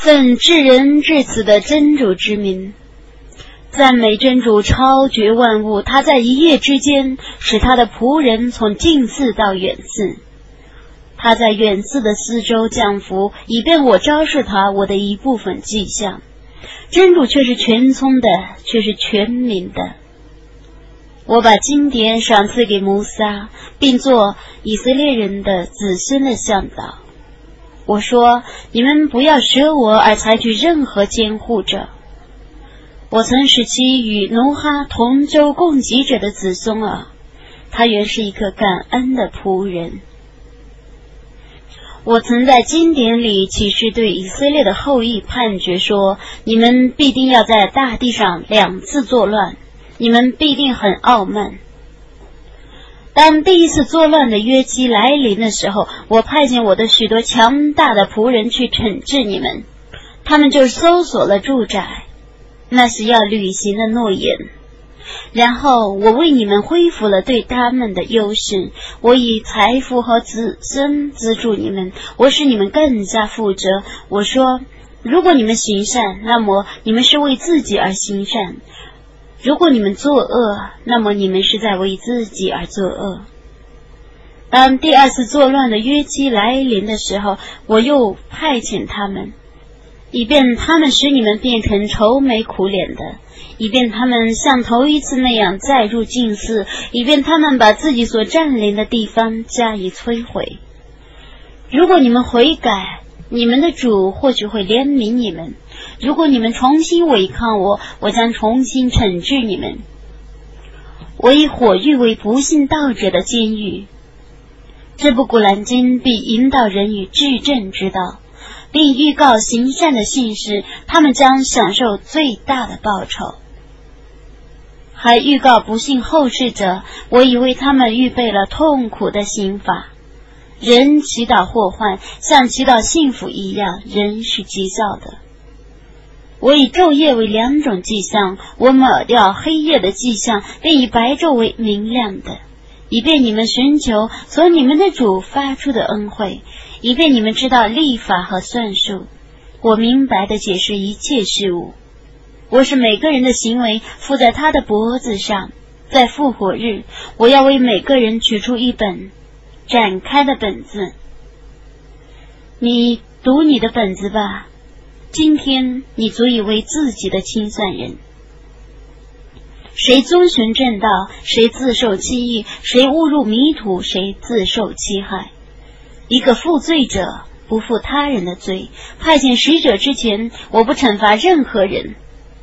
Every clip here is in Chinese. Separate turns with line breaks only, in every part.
奉至仁至慈的真主之名，赞美真主超绝万物，他在一夜之间使他的仆人从近寺到远寺，他在远寺的四周降福，以便我昭示他我的一部分迹象。真主却是全聪的，却是全明的。我把经典赏赐给摩萨，并做以色列人的子孙的向导。我说，你们不要舍我而采取任何监护者。我曾使其与努哈同舟共济者的子孙儿，他原是一个感恩的仆人。我曾在经典里启示对以色列的后裔判决说，你们必定要在大地上2次作乱，你们必定很傲慢。当第一次作乱的约期来临的时候，我派遣我的许多强大的仆人去惩治你们，他们就搜索了住宅，那是要履行的诺言。然后我为你们恢复了对他们的优势，我以财富和子孙资助你们，我使你们更加富足。我说，如果你们行善，那么你们是为自己而行善；如果你们作恶，那么你们是在为自己而作恶。当第2次作乱的约期来临的时候，我又派遣他们，以便他们使你们变成愁眉苦脸的，以便他们像头一次那样再入禁寺，以便他们把自己所占领的地方加以摧毁。如果你们悔改，你们的主或许会怜悯你们；如果你们重新违抗我，我将重新惩治你们。我以火狱为不信道者的监狱，这部古兰经必引导人与至正之道，并预告行善的信士，他们将享受最大的报酬。还预告不幸后世者，我已为他们预备了痛苦的刑罚。人祈祷祸患，像祈祷幸福一样，人是急躁的。我以昼夜为2种迹象，我抹掉黑夜的迹象，并以白昼为明亮的，以便你们寻求从你们的主发出的恩惠，以便你们知道历法和算术。我明白地解释一切事物。我使每个人的行为附在他的脖子上，在复活日，我要为每个人取出一本展开的本子。你读你的本子吧，今天你足以为自己的清算人。谁遵循正道，谁自受欺役，谁误入迷途，谁自受欺害。一个负罪者不负他人的罪，派遣使者之前，我不惩罚任何人。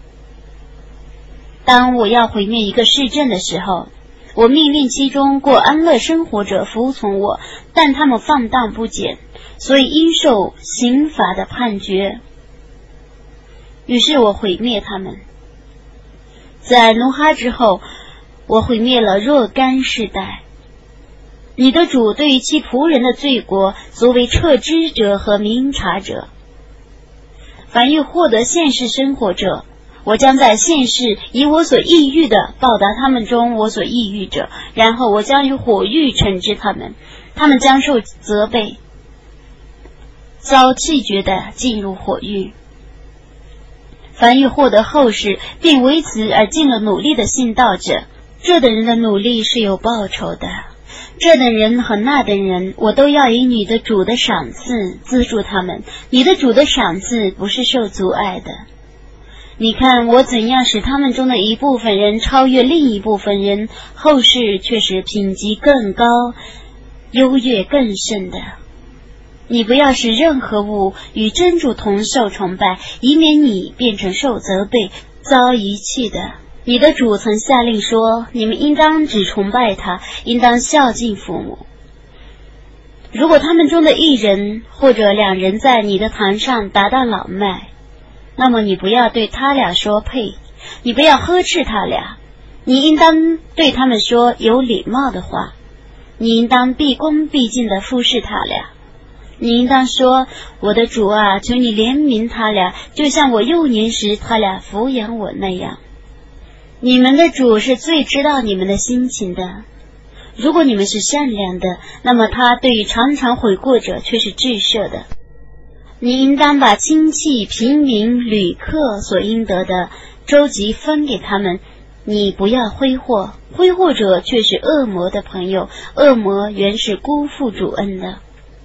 当我要毁灭一个市镇的时候，我命令其中过安乐生活者服从我，但他们放荡不检，所以应受刑罚的判决。于是我毁灭他们。在努哈之后，我毁灭了若干世代。你的主对于其仆人的罪过，足为撤知者和明察者。凡欲获得现世生活者，我将在现世以我所抑郁的报答他们中我所抑郁者，然后我将以火狱惩治他们，他们将受责备，遭弃绝的进入火狱。凡欲获得后世并为此而尽了努力的信道者，这等人的努力是有报酬的。这等人和那等人，我都要以你的主的赏赐资助他们，你的主的赏赐不是受阻碍的。你看我怎样使他们中的一部分人超越另一部分人，后世却是品级更高，优越更甚的。你不要使任何物与真主同受崇拜，以免你变成受责备、遭遗弃的。你的主曾下令说，你们应当只崇拜他，应当孝敬父母。如果他们中的一人或者2人在你的堂上达到老迈，那么你不要对他俩说呸，你不要呵斥他俩，你应当对他们说有礼貌的话，你应当毕恭毕敬地服侍他俩。你应当说，我的主啊，求你怜悯他俩，就像我幼年时他俩抚养我那样。你们的主是最知道你们的心情的。如果你们是善良的，那么他对于常常悔过者却是至赦的。 你应当把亲戚、平民、旅客所应得的周集分给他们。你不要挥霍，挥霍者却是恶魔的朋友，恶魔原是辜负主恩的。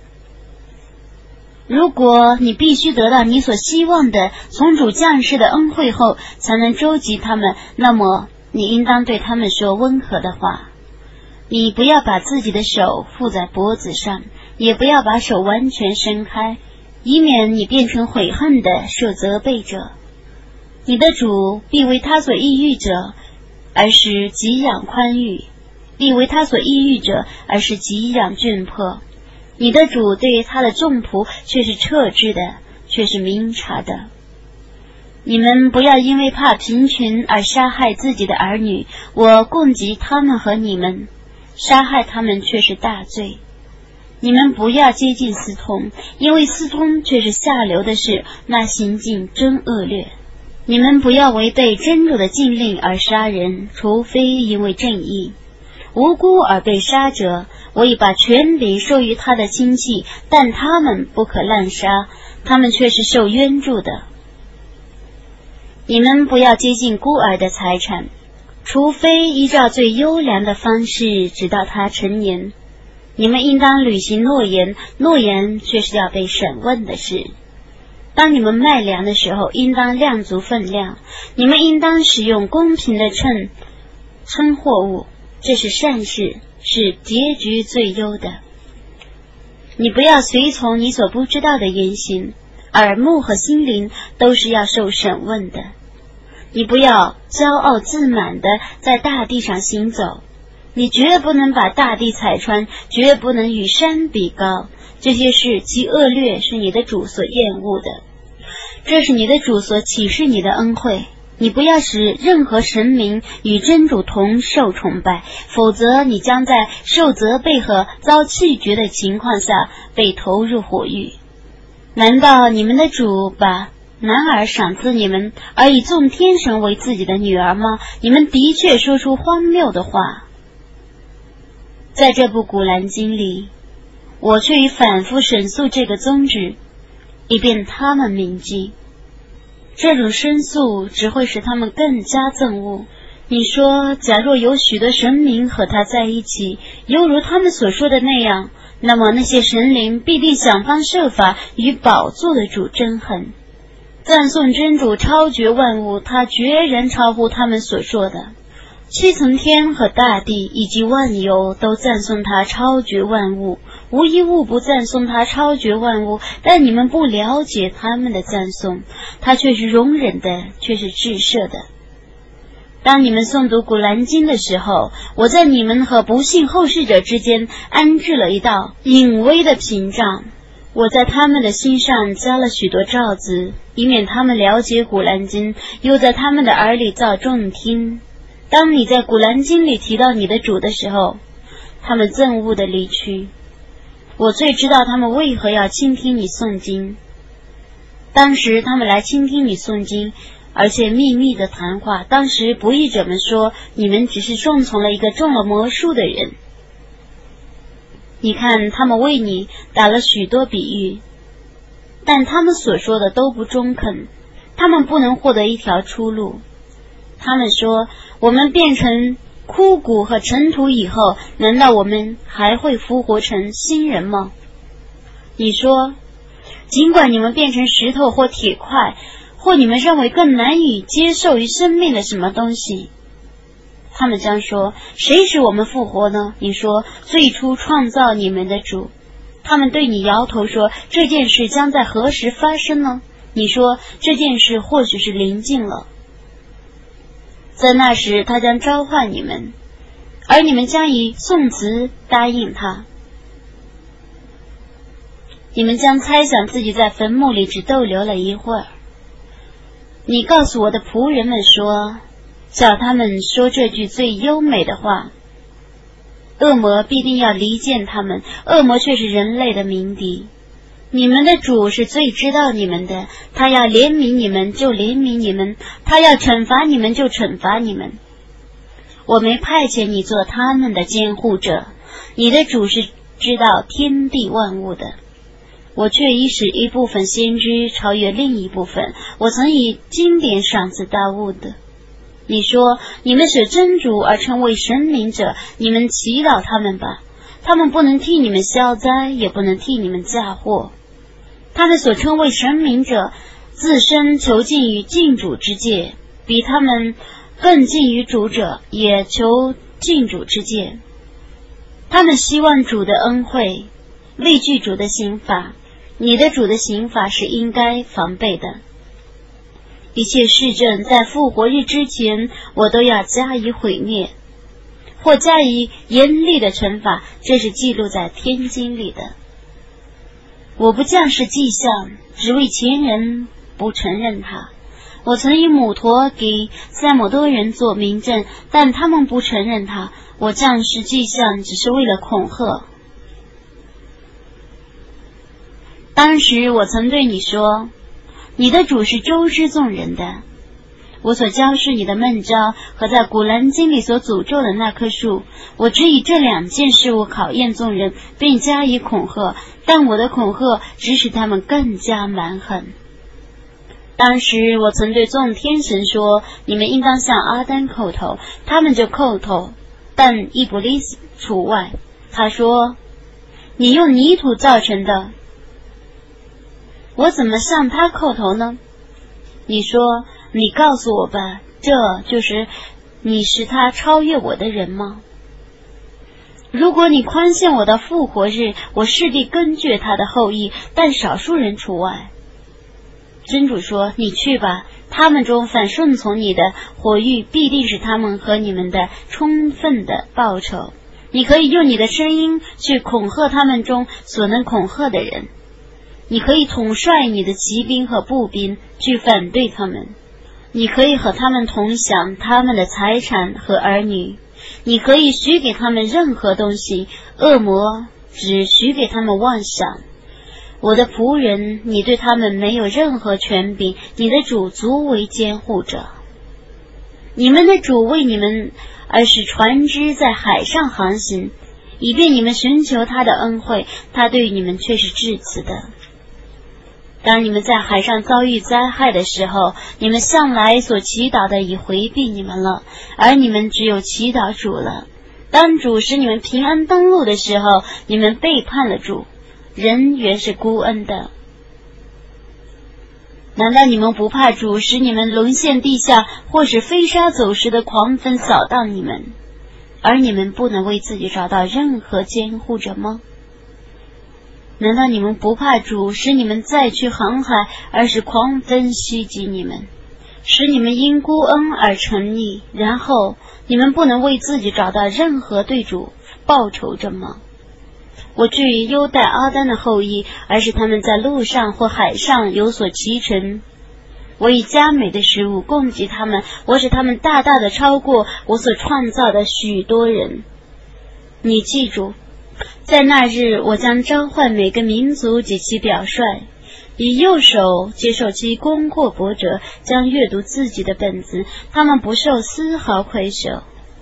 如果你必须得到你所希望的从主降世的恩惠后才能周集他们，那么你应当对他们说温和的话。你不要把自己的手附在脖子上，也不要把手完全伸开，以免你变成悔恨的受责备者。你的主必为他所抑郁者而是给养宽裕，必为他所抑郁者而是给养窘迫。你的主对于他的众仆却是彻知的，却是明察的。你们不要因为怕贫穷而杀害自己的儿女，我供给他们和你们，杀害他们却是大罪。你们不要接近私通，因为私通却是下流的事，那行径真恶劣。你们不要违背真主的禁令而杀人，除非因为正义。无辜而被杀者，我已把权柄授予他的亲戚，但他们不可滥杀，他们却是受冤助的。你们不要接近孤儿的财产，除非依照最优良的方式直到他成年。你们应当履行诺言，诺言却是要被审问的事。当你们卖粮的时候，应当量足分量，你们应当使用公平的称货物，这是善事，是结局最优的。你不要随从你所不知道的言行，耳目和心灵都是要受审问的。你不要骄傲自满的在大地上行走，你绝不能把大地踩穿，绝不能与山比高，这些事其恶劣，是你的主所厌恶的。这是你的主所启示你的恩惠。你不要使任何神明与真主同受崇拜，否则你将在受责备和遭弃绝的情况下被投入火狱。难道你们的主把男儿赏赐你们，而以众天神为自己的女儿吗？你们的确说出荒谬的话。在这部古兰经里，我却已反复审诉这个宗旨，以便他们铭记。这种申诉只会使他们更加憎恶。你说，假若有许多神明和他在一起，犹如他们所说的那样，那么那些神灵必定想方设法与宝座的主争衡。赞颂真主超绝万物，他决然超乎他们所说的。七层天和大地以及万有都赞颂他超绝万物，无一物不赞颂他超绝万物，但你们不了解他们的赞颂，他却是容忍的，却是至赦的。当你们诵读古兰经的时候，我在你们和不信后世者之间安置了一道隐微的屏障，我在他们的心上加了许多罩子，以免他们了解古兰经，又在他们的耳里造众听。当你在古兰经里提到你的主的时候，他们憎恶地离去。我最知道他们为何要倾听你诵经。当时他们来倾听你诵经，而且秘密的谈话。当时不义者们说，你们只是顺从了一个中了魔术的人。你看，他们为你打了许多比喻，但他们所说的都不中肯，他们不能获得一条出路。他们说，我们变成枯骨和尘土以后，难道我们还会复活成新人吗？你说，尽管你们变成石头或铁块，或你们认为更难以接受于生命的什么东西，他们将说，谁使我们复活呢？你说，最初创造你们的主。他们对你摇头说，这件事将在何时发生呢？你说，这件事或许是临近了。在那时他将召唤你们，而你们将以颂词答应他。你们将猜想自己在坟墓里只逗留了一会儿。你告诉我的仆人们说，叫他们说这句最优美的话。恶魔必定要离间他们，恶魔却是人类的鸣笛。你们的主是最知道你们的，他要怜悯你们就怜悯你们，他要惩罚你们就惩罚你们。我没派遣你做他们的监护者，你的主是知道天地万物的。 我却已使一部分先知超越另一部分。我曾以经典赏赐大物的。你说，你们舍真主而称为神明者，你们祈祷他们吧，他们不能替你们消灾，也不能替你们嫁祸。他们所称为神明者，自身囚禁于禁主之界，比他们更近于主者也求禁主之界。他们希望主的恩惠，畏惧主的刑罚。你的主的刑罚是应该防备的。一切事政在复活日之前，我都要加以毁灭，或加以严厉的惩罚，这是记录在天经里的。我不降示迹象，只为前人不承认他。我曾以母驼给塞摩多人做明证，但他们不承认他。我降示迹象只是为了恐吓。当时我曾对你说，你的主是周知众人的。我所教示你的闷招和在古兰经里所诅咒的那棵树，我只以这两件事物考验众人，并加以恐吓，但我的恐吓只使他们更加蛮横。当时我曾对众天神说，你们应当向阿丹叩头，他们就叩头，但伊布利斯除外。他说，你用泥土造成的，我怎么向他叩头呢？你说，你告诉我吧，这就是你使他超越我的人吗？如果你宽限我的复活日，我势必根据他的后裔，但少数人除外。真主说，你去吧，他们中反顺从你的火狱必定是他们和你们的充分的报酬。你可以用你的声音去恐吓他们中所能恐吓的人，你可以统帅你的骑兵和步兵去反对他们，你可以和他们同享他们的财产和儿女，你可以许给他们任何东西，恶魔只许给他们妄想。我的仆人，你对他们没有任何权柄，你的主足为监护者。你们的主为你们而使船只在海上航行，以便你们寻求他的恩惠，他对你们却是至慈的。当你们在海上遭遇灾害的时候，你们向来所祈祷的已回避你们了，而你们只有祈祷主了。当主使你们平安登陆的时候，你们背叛了主。人原是孤恩的。难道你们不怕主使你们沦陷地下，或是飞沙走石的狂风扫荡你们，而你们不能为自己找到任何监护者吗？难道你们不怕主使你们再去航海，而是狂风袭击你们，使你们因孤恩而沉溺，然后你们不能为自己找到任何对主报仇者吗？我至于优待阿丹的后裔，而是他们在路上或海上有所骑乘。我以佳美的食物供给他们，我使他们大大的超过我所创造的许多人。你记住，在那日我将召唤每个民族及其表率，以右手接受其功过簿者，将阅读自己的本子，他们不受丝毫亏损。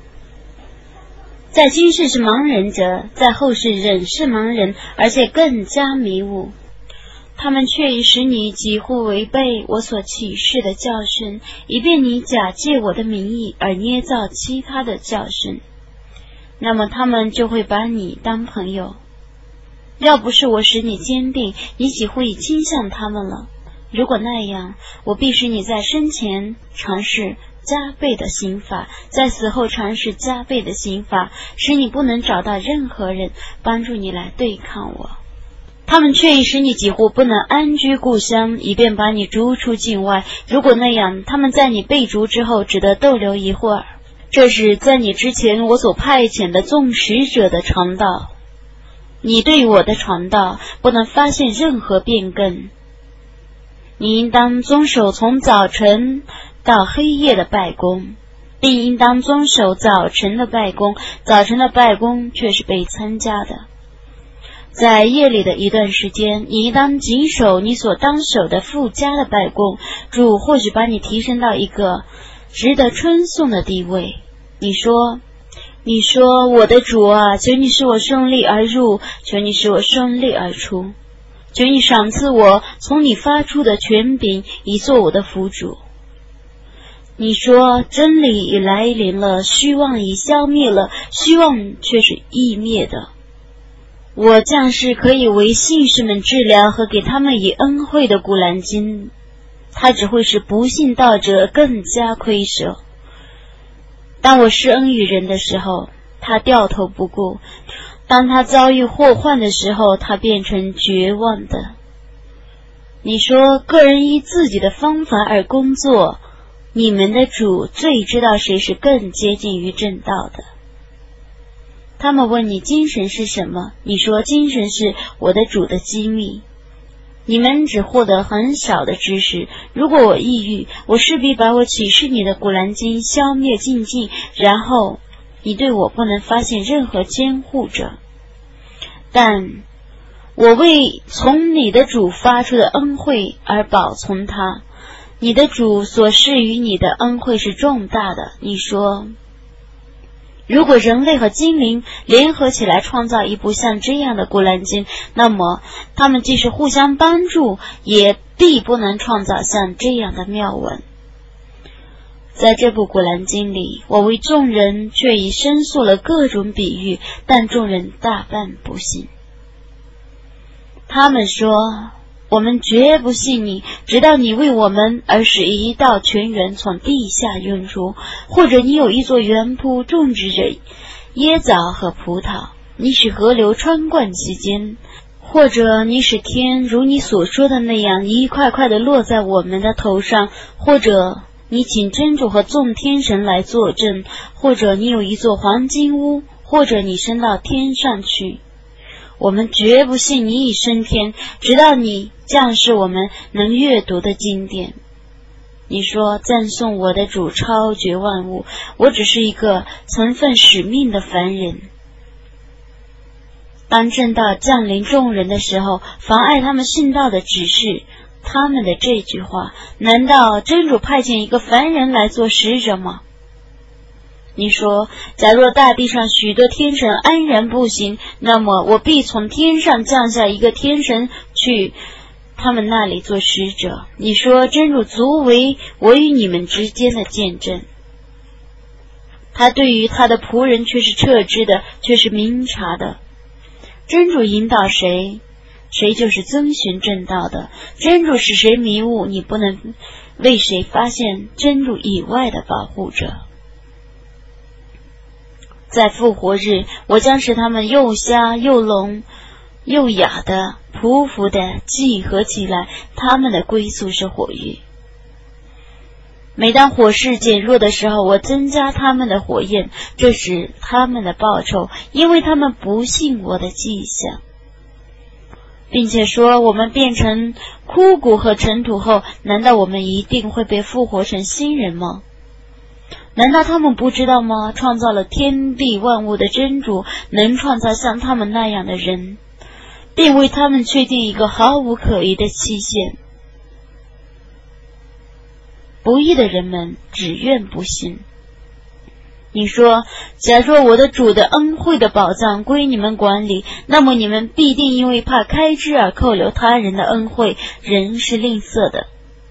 在今世是盲人者，在后世仍是盲人，而且更加迷雾。他们却已使你几乎违背我所启示的教训，以便你假借我的名义而捏造其他的教训。那么他们就会把你当朋友。要不是我使你坚定，你几乎已倾向他们了。如果那样，我必使你在生前尝试加倍的刑罚，在死后尝试加倍的刑罚，使你不能找到任何人帮助你来对抗我。他们却已使你几乎不能安居故乡，以便把你逐出境外。如果那样，他们在你被逐之后只得逗留一会儿。这是在你之前我所派遣的众使者的传道，你对我的传道不能发现任何变更。你应当遵守从早晨到黑夜的拜功，并应当遵守早晨的拜功，早晨的拜功却是被参加的。在夜里的一段时间，你应当谨守你所当守的附加的拜功，主或许把你提升到一个值得称颂的地位。你说我的主啊，求你使我顺利而入，求你使我顺利而出。 求你赏赐我从你发出的权柄，以做我的辅主。你说真理已来临了，虚妄已消灭了，虚妄却是易灭的。我将是可以为信士们治疗和给他们以恩惠的古兰经，它只会使不信道者更加亏舍。当我施恩于人的时候，他掉头不顾；当他遭遇祸患的时候，他变成绝望的。你说个人依自己的方法而工作，你们的主最知道谁是更接近于正道的。他们问你精神是什么，你说精神是我的主的机密。你们只获得很少的知识，如果我抑郁，我势必把我启示你的古兰经消灭尽尽，然后你对我不能发现任何监护者。但我为从你的主发出的恩惠而保存它，你的主所施于你的恩惠是重大的。你说如果人类和精灵联合起来创造一部像这样的古兰经，那么他们即使互相帮助，也必不能创造像这样的妙文。在这部古兰经里，我为众人却已申诉了各种比喻，但众人大半不信。他们说我们绝不信你，直到你为我们而使一道泉源从地下涌出，或者你有一座园圃种植着椰枣和葡萄，你使河流穿贯其间，或者你使天如你所说的那样一块块的落在我们的头上，或者你请真主和众天神来作证，或者你有一座黄金屋，或者你升到天上去。我们绝不信你已升天，直到你降示我们能阅读的经典。你说赞颂我的主超绝万物，我只是一个曾份使命的凡人。当正道降临众人的时候，妨碍他们信道的只是他们的这句话，难道真主派遣一个凡人来做使者吗？你说假若大地上许多天神安然步行，那么我必从天上降下一个天神去他们那里做使者。你说真主足为我与你们之间的见证，他对于他的仆人却是彻知的，却是明察的。真主引导谁，谁就是遵循正道的。真主使谁迷雾，你不能为谁发现真主以外的保护者。在复活日，我将使他们又瞎又聋又哑的匍匐的集合起来，他们的归宿是火域。每当火势减弱的时候，我增加他们的火焰，这是他们的报酬，因为他们不信我的迹象。并且说我们变成枯骨和尘土后，难道我们一定会被复活成新人吗？难道他们不知道吗？创造了天地万物的真主能创造像他们那样的人，并为他们确定一个毫无可疑的期限。不义的人们只愿不信。你说假若我的主的恩惠的宝藏归你们管理，那么你们必定因为怕开支而扣留他人的恩惠，人是吝啬的。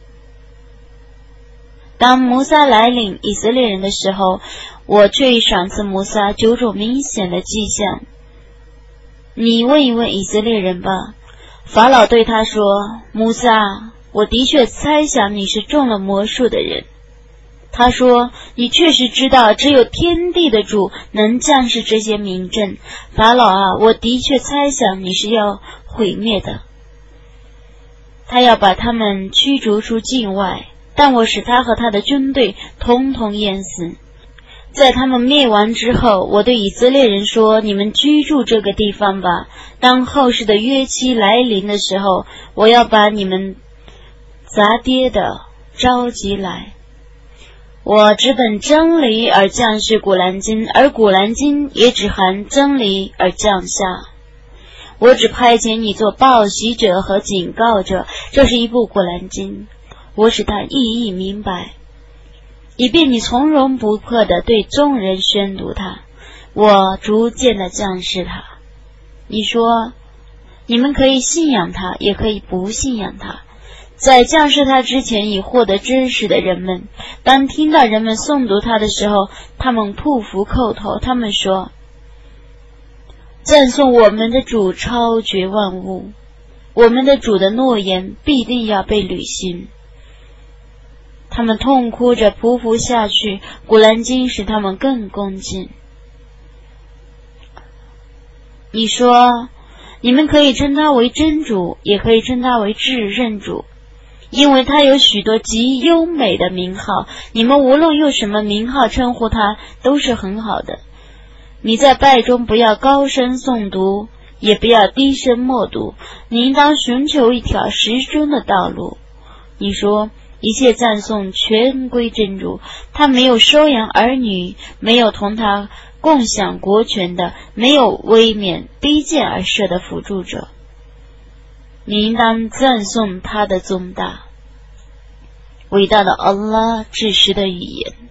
当摩撒来领以色列人的时候，我却已赏赐摩撒9种明显的迹象。你问一问以色列人吧。法老对他说，摩撒，我的确猜想你是中了魔术的人。他说，你确实知道只有天地的主能降示这些明证。法老啊，我的确猜想你是要毁灭的。他要把他们驱逐出境外，但我使他和他的军队统统淹死。在他们灭亡之后，我对以色列人说，你们居住这个地方吧。当后世的约期来临的时候，我要把你们砸跌的召集来。我只本真理而降示古兰经，而古兰经也只含真理而降下。我只派遣你做报喜者和警告者，这是一部古兰经，我使它意义明白，以便你从容不迫地对众人宣读它。我逐渐地降示它。你说你们可以信仰他，也可以不信仰他。在降世他之前已获得知识的人们，当听到人们诵读他的时候，他们匍匐叩头，他们说：赞颂我们的主超绝万物，我们的主的诺言必定要被履行。他们痛哭着匍匐下去，古兰经使他们更恭敬。你说，你们可以称他为真主，也可以称他为至认主，因为他有许多极优美的名号，你们无论用什么名号称呼他都是很好的。你在拜中不要高声诵读，也不要低声默读，你应当寻求一条时中的道路。你说，一切赞颂全归真主，他没有收养儿女，没有同他共享国权的，没有威冕逼贱而设的辅助者。你应当赞颂他的宗大。伟大的安拉至实的语言。